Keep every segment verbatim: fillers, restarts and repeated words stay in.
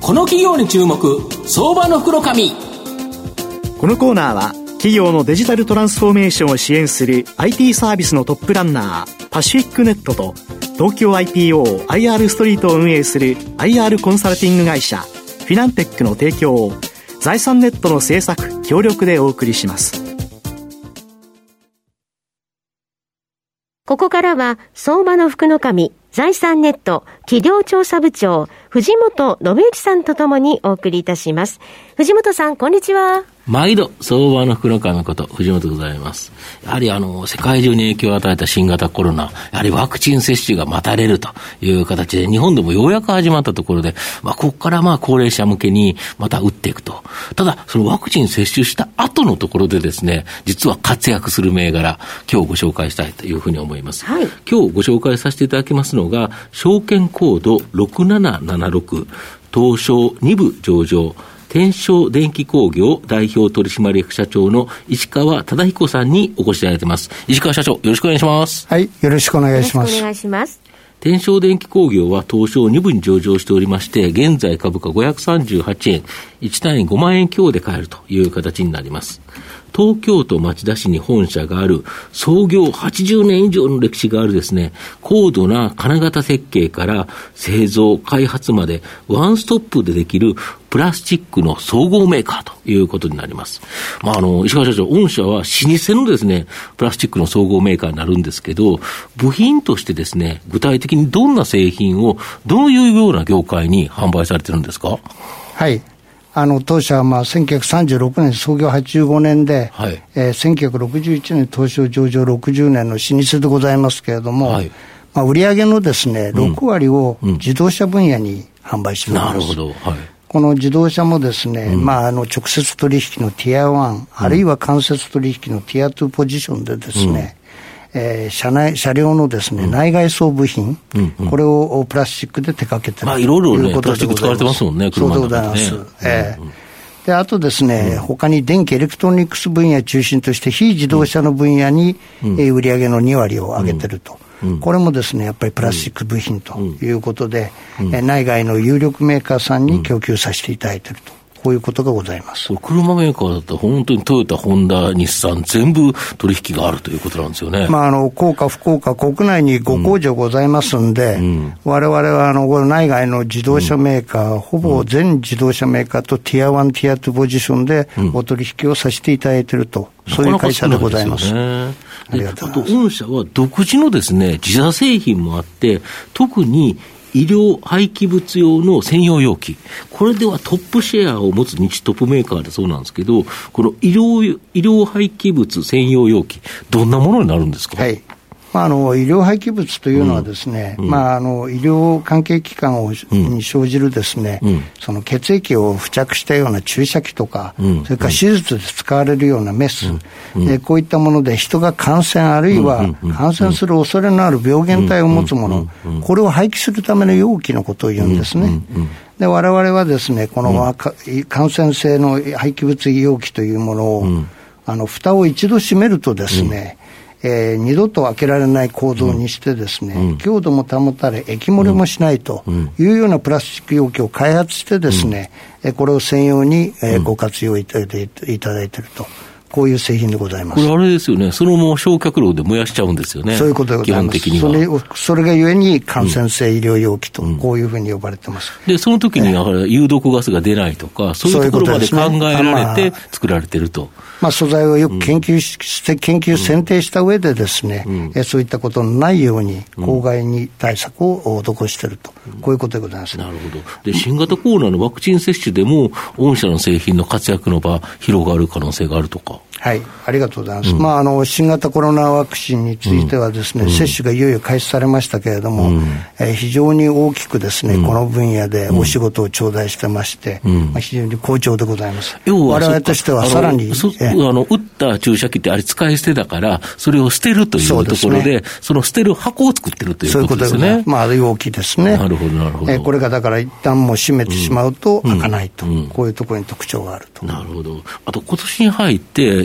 この企業に注目、相場の袋紙。 このコーナーは企業のデジタルトランスフォーメーションを支援する アイティー サービスのトップランナーパシフィックネットと東京 アイピーオー アイアール ストリートを運営する アイアール コンサルティング会社フィナンテックの提供を財産ネットの制作協力でお送りします。 ここからは相場の福の神財産ネット企業調査部長藤本信之さんとともにお送りいたします。藤本さん、こんにちは。 毎度相場の福の神こと藤本でございます。やはりあの世界中に影響を与えた新型コロナ、やはりワクチン接種が待たれるという形で日本でもようやく始まったところで、まあ、ここからまあ高齢者向けにまた打っていくと。ただそのワクチン接種した後のところでですね、実は活躍する銘柄今日ご紹介したいというふうに思います、はい、今日ご紹介させていただきますのが証券コードろくななななろく東証に部上場天正電気工業代表取締役社長の石川忠彦さんにお越しいただいています。石川社長、よろしくお願いします。 はい、よろしくお願いします。 よろしくお願いします。 天正電気工業は東証に部に上場しておりまして、現在株価ごひゃくさんじゅうはちえん、いち単位ごまんえん強で買えるという形になります。東京都町田市に本社がある創業はちじゅうねん以上の歴史があるですね、高度な金型設計から製造開発までワンストップでできるプラスチックの総合メーカーということになります。まあ、あの石川社長、御社は老舗のですねプラスチックの総合メーカーになるんですけど、部品としてですね、具体的にどんな製品をどういうような業界に販売されてるんですか？ はい、あの当社はまあせんきゅうひゃくさんじゅうろくねん創業はちじゅうごねんで、はい、えー、せんきゅうひゃくろくじゅういちねん東証上場ろくじゅうねんの老舗でございますけれども、はい、まあ、売上のですねろくわりを自動車分野に販売しております、うんうん、なるほど、はい、この自動車もですね、うん、まあ、あの直接取引のティアワン、うん、あるいは間接取引のティアツーポジションでですね、うん、えー、車内車両のですね、うん、内外装部品、うんうん、これをプラスチックで手掛けている、 まあ、いろいろねプラスチック使われてますもんね、車の中でね。 そうでございます、えーうんうん、であとですね、うん、他に電気エレクトロニクス分野中心として非自動車の分野に、うん、えー、売上のにわりを上げていると、うんうん、これもですねやっぱりプラスチック部品ということで、うんうん、えー、内外の有力メーカーさんに供給させていただいていると、こういうことがございます。 車メーカーだったら本当にトヨタ、ホンダ、日産全部取引があるということなんですよね。 まあ、あの幸か不幸か国内にご工場ございますんで、うん、我々はあの内外の自動車メーカー、うん、ほぼ全自動車メーカーとティアワン、ティアツーポジションでお取引をさせていただいていると、うん、そういう会社でございます。 なかなか少ないですよね。ありがとうございます。あと御社は独自のですね自社製品もあって、特に医療廃棄物用の専用容器、これではトップシェアを持つ日トップメーカーでそうなんですけど、この医療、医療廃棄物専用容器、どんなものになるんですか？ はい、まあ、あの医療廃棄物というのはですね、うん、まあ、あの医療関係機関を、うん、に生じるですね、うん、その血液を付着したような注射器とか、うん、それから手術で使われるようなメス、うん、えこういったもので人が感染あるいは感染する恐れのある病原体を持つもの、これを廃棄するための容器のことを言うんですね。で我々はですねこの、うん、感染性の廃棄物容器というものを、うん、あの蓋を一度閉めるとですね、うん、えー、二度と開けられない構造にしてですね、うん、強度も保たれ液漏れもしないというようなプラスチック容器を開発してですね、うん、これを専用に、えー、ご活用いただいていただいていると、こういう製品でございます。 これあれですよね、そのまま焼却炉で燃やしちゃうんですよね。 そういうことでございます。基本的にはそれ、それがゆえに感染性医療容器と、うん、こういうふうに呼ばれてます。 でその時に有毒ガスが出ないとか、そういうところまで考えられて作られていると。 まあ、素材をよく研究して、うん、研究選定した上でですね、うん、えそういったことのないように公害に対策を施していると、うん、こういうことでございます。 なるほど。で新型コロナのワクチン接種でも御社の製品の活躍の場広がる可能性があるとか。 はい、ありがとうございます。うん、まあ、あの新型コロナワクチンについてはですね、うん、接種がいよいよ開始されましたけれども、うん、えー、非常に大きくですね、うん、この分野でお仕事を頂戴してまして、うん、まあ、非常に好調でございます。 要は我々としてはさらにあのあの打った注射器ってあれ使い捨てだからそれを捨てるというところ で, そ, で、ね、その捨てる箱を作ってるということですね。そういうことでございます。 まあ、容器ですね。 なるほどなるほど。 えー、これがだから一旦もう閉めてしまうと開かないと、うんうん、こういうところに特徴があると。 なるほど。あと今年に入って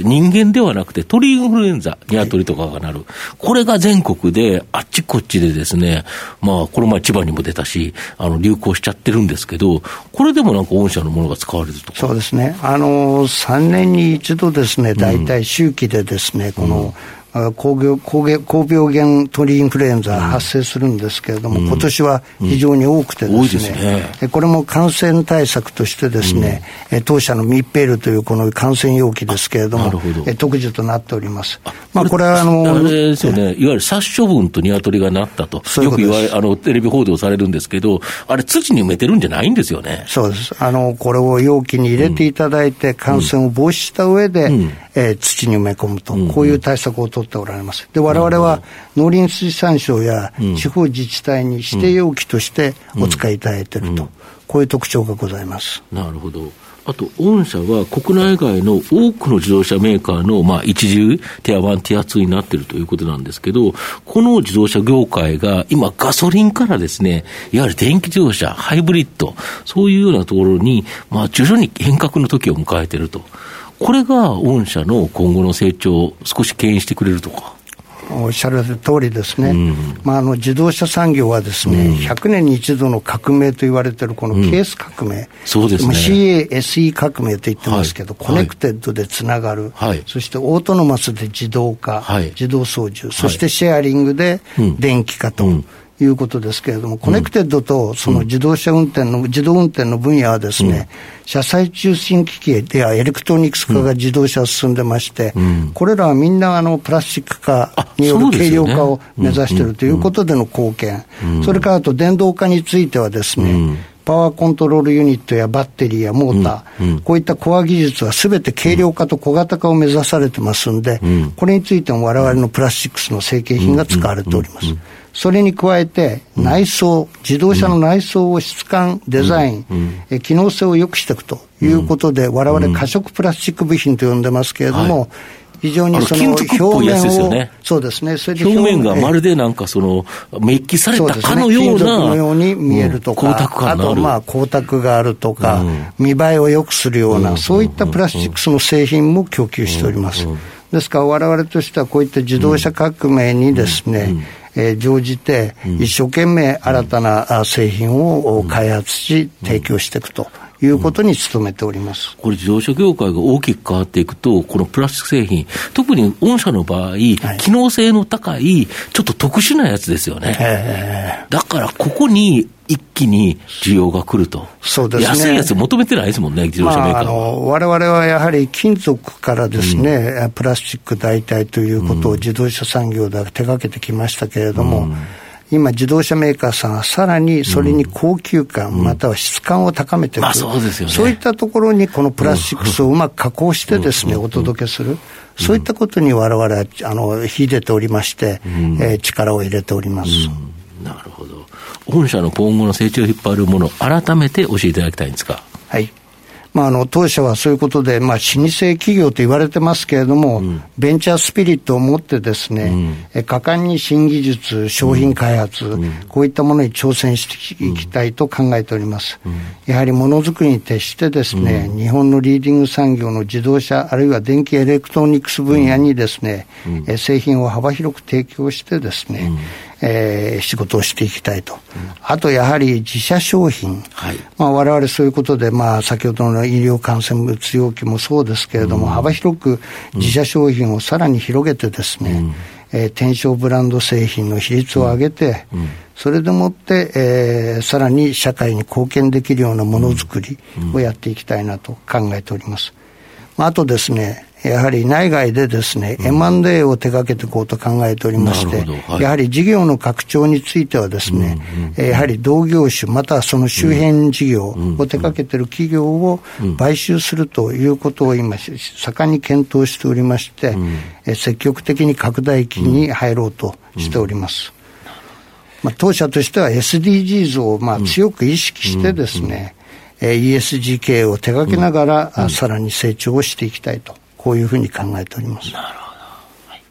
人間ではなくて鳥インフルエンザ、鶏とかがなる、はい、これが全国であっちこっちでですね、まあこの前千葉にも出たし、あの流行しちゃってるんですけど、これでもなんか御社のものが使われるとか。 そうですね、あのさんねんに一度ですね、大体周期でですね、うん、この高病、高病原鳥インフルエンザ発生するんですけれども、うん、今年は非常に多くてですね、うんうん、ですね、これも感染対策としてですね、うん、当社のミッペールというこの感染容器ですけれども、特需となっております。まあ、これはあの、 あれですよね、いわゆる殺処分と鶏がなったと、よく言われ、あの、テレビ報道されるんですけど、あれ土に埋めてるんじゃないんですよね。 そうです。あの、これを容器に入れていただいて、感染を防止した上で、うんうん、えー、土に埋め込むと、こういう対策を取っておられます。で、我々は農林水産省や地方自治体に指定容器としてお使いいただいていると、こういう特徴がございます。 なるほど。あと、御社は国内外の多くの自動車メーカーの、まあ、一重、ティアワン、ティアツーになっているということなんですけど、この自動車業界が今、ガソリンからですね、いわゆる電気自動車、ハイブリッド、そういうようなところに、まあ、徐々に変革の時を迎えていると。これが御社の今後の成長を少し牽引してくれるとか。 おっしゃる通りですね、うん、まあ、あの自動車産業はですね、うん、ひゃくねんに一度の革命と言われているこのケース革命、うん、 そうですね、 シーエーエスイー 革命と言ってますけど、はい、コネクテッドでつながる、はい、そしてオートノマスで自動化、はい、自動操縦、そしてシェアリングで電気化と、うんいうことですけれども、コネクテッドとその自動車運転の、自動運転の分野はですね、うん、車載中心機器やエレクトロニクス化が自動車は進んでまして、うん、これらはみんなあのプラスチック化による軽量化を目指しているということでの貢献、うん、それからあと電動化についてはですね、うん、パワーコントロールユニットやバッテリーやモーター、うんうん、こういったコア技術はすべて軽量化と小型化を目指されてますんで、うん、これについても我々のプラスチックスの成型品が使われております。うんうんうん、それに加えて内装、自動車の内装を質感、デザイン、え機能性を良くしていくということで、我々可食プラスチック部品と呼んでますけれども、はい、非常にその表面を、 ね、 そうですね、それで表面がまるでなんかそのメッキされたかのような、 金属のように見えるとか、うん、光沢感のある、あとまあ光沢があるとか、うん、見栄えを良くするような、うん、そういったプラスチックスの製品も供給しております。うんうん、ですから我々としてはこういった自動車革命にですね、うんうんうん、えー、乗じて一生懸命新たな製品を開発し提供していくということに努めております。 これ自動車業界が大きく変わっていくと、このプラスチック製品、特に御社の場合、はい、機能性の高いちょっと特殊なやつですよね。えー、だからここに一気に需要が来ると。 そうですね。 安いやつ求めてないですもんね、自動車メーカーは。まあ、あの我々はやはり金属からですね、うん、プラスチック代替ということを自動車産業では手掛けてきましたけれども、うん、今自動車メーカーさんはさらにそれに高級感、うん、または質感を高めていく、 まあそうですよね、 そういったところにこのプラスチックスをうまく加工してですね、うん、お届けする、うん、そういったことに我々はあの秀でておりまして、うん、えー、力を入れております。 うん、なるほど。御社の今後の成長を引っ張るもの、改めて教えていただきたいんですか。 はい。まあ、あの当社はそういうことで、まあ、老舗企業と言われてますけれども、うん、ベンチャースピリットを持ってですね、うん、え果敢に新技術、商品開発、うん、こういったものに挑戦していきたいと考えております。うん、やはりものづくりに徹してですね、うん、日本のリーディング産業の自動車あるいは電気エレクトロニクス分野にですね、うん、え製品を幅広く提供してですね、うん、えー、仕事をしていきたいと、うん、あとやはり自社商品、はい、まあ、我々そういうことで、まあ、先ほどの医療感染物容器もそうですけれども、うん、幅広く自社商品をさらに広げてですね、うん、えー、転生ブランド製品の比率を上げて、うんうん、それでもって、えー、さらに社会に貢献できるようなものづくりをやっていきたいなと考えております。まあ、あとですね、やはり内外でですね、うん、エムアンドエー を手掛けていこうと考えておりまして、はい、やはり事業の拡張についてはですね、うんうん、やはり同業種またはその周辺事業を手掛けている企業を買収するということを今盛んに検討しておりまして、うん、積極的に拡大期に入ろうとしております。うん、まあ、当社としては エスディージーズ をまあ強く意識してですね、イーエスジー 経営を手掛けながら、うん、さらに成長をしていきたいと、こういうふうに考えております。 なるほど。はい、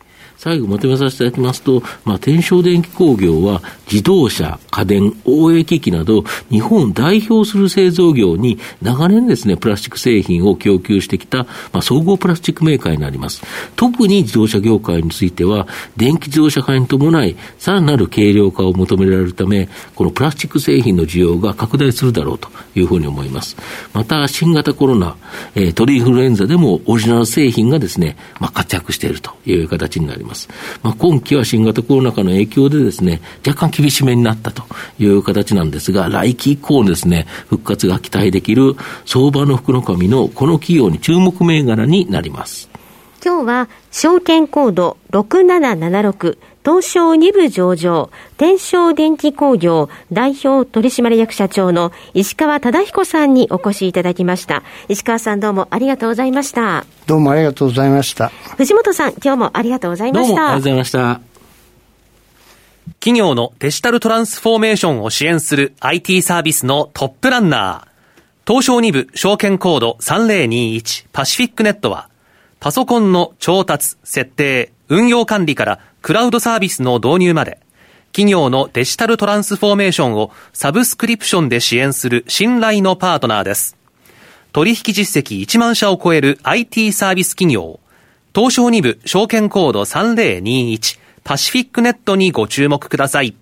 最後まとめさせていただきますと、まあ、天正電機工業は自動車、家電、応援機器など日本を代表する製造業に長年ですね、プラスチック製品を供給してきた、まあ、総合プラスチックメーカーになります。特に自動車業界については、電気自動車化に伴い、さらなる軽量化を求められるため、このプラスチック製品の需要が拡大するだろうというふうに思います。また、新型コロナ、えー、鳥インフルエンザでもオリジナル製品がですね、まあ、活躍しているという形になります。まあ、今期は新型コロナ禍の影響でですね、若干厳しめになったという形なんですが、来期以降ですね、復活が期待できる相場の福の神のこの企業に注目銘柄になります。 今日は証券コードろくななななろく東証に部上場天正電機工業代表取締役社長の石川忠彦さんにお越しいただきました。石川さん、どうもありがとうございました。 どうもありがとうございました。 藤本さん、今日もありがとうございました。 どうもありがとうございました。 企業のデジタルトランスフォーメーションを支援する アイティー サービスのトップランナー、東証に部証券コードさんぜろにいちパシフィックネットは、パソコンの調達、設定、運用管理からクラウドサービスの導入まで、企業のデジタルトランスフォーメーションをサブスクリプションで支援する信頼のパートナーです。取引実績いちまん社を超える アイティー サービス企業、東証に部証券コードさんぜろにいちパシフィックネットにご注目ください。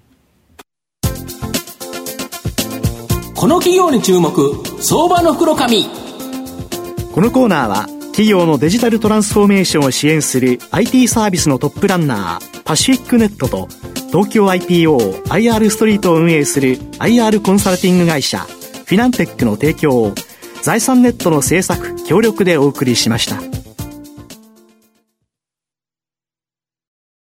この企業に注目、相場の福の神。 このコーナーは企業のデジタルトランスフォーメーションを支援する アイティー サービスのトップランナーパシフィックネットと、東京 アイピーオー アイアール ストリートを運営する アイアール コンサルティング会社フィナンテックの提供を財産ネットの制作協力でお送りしました。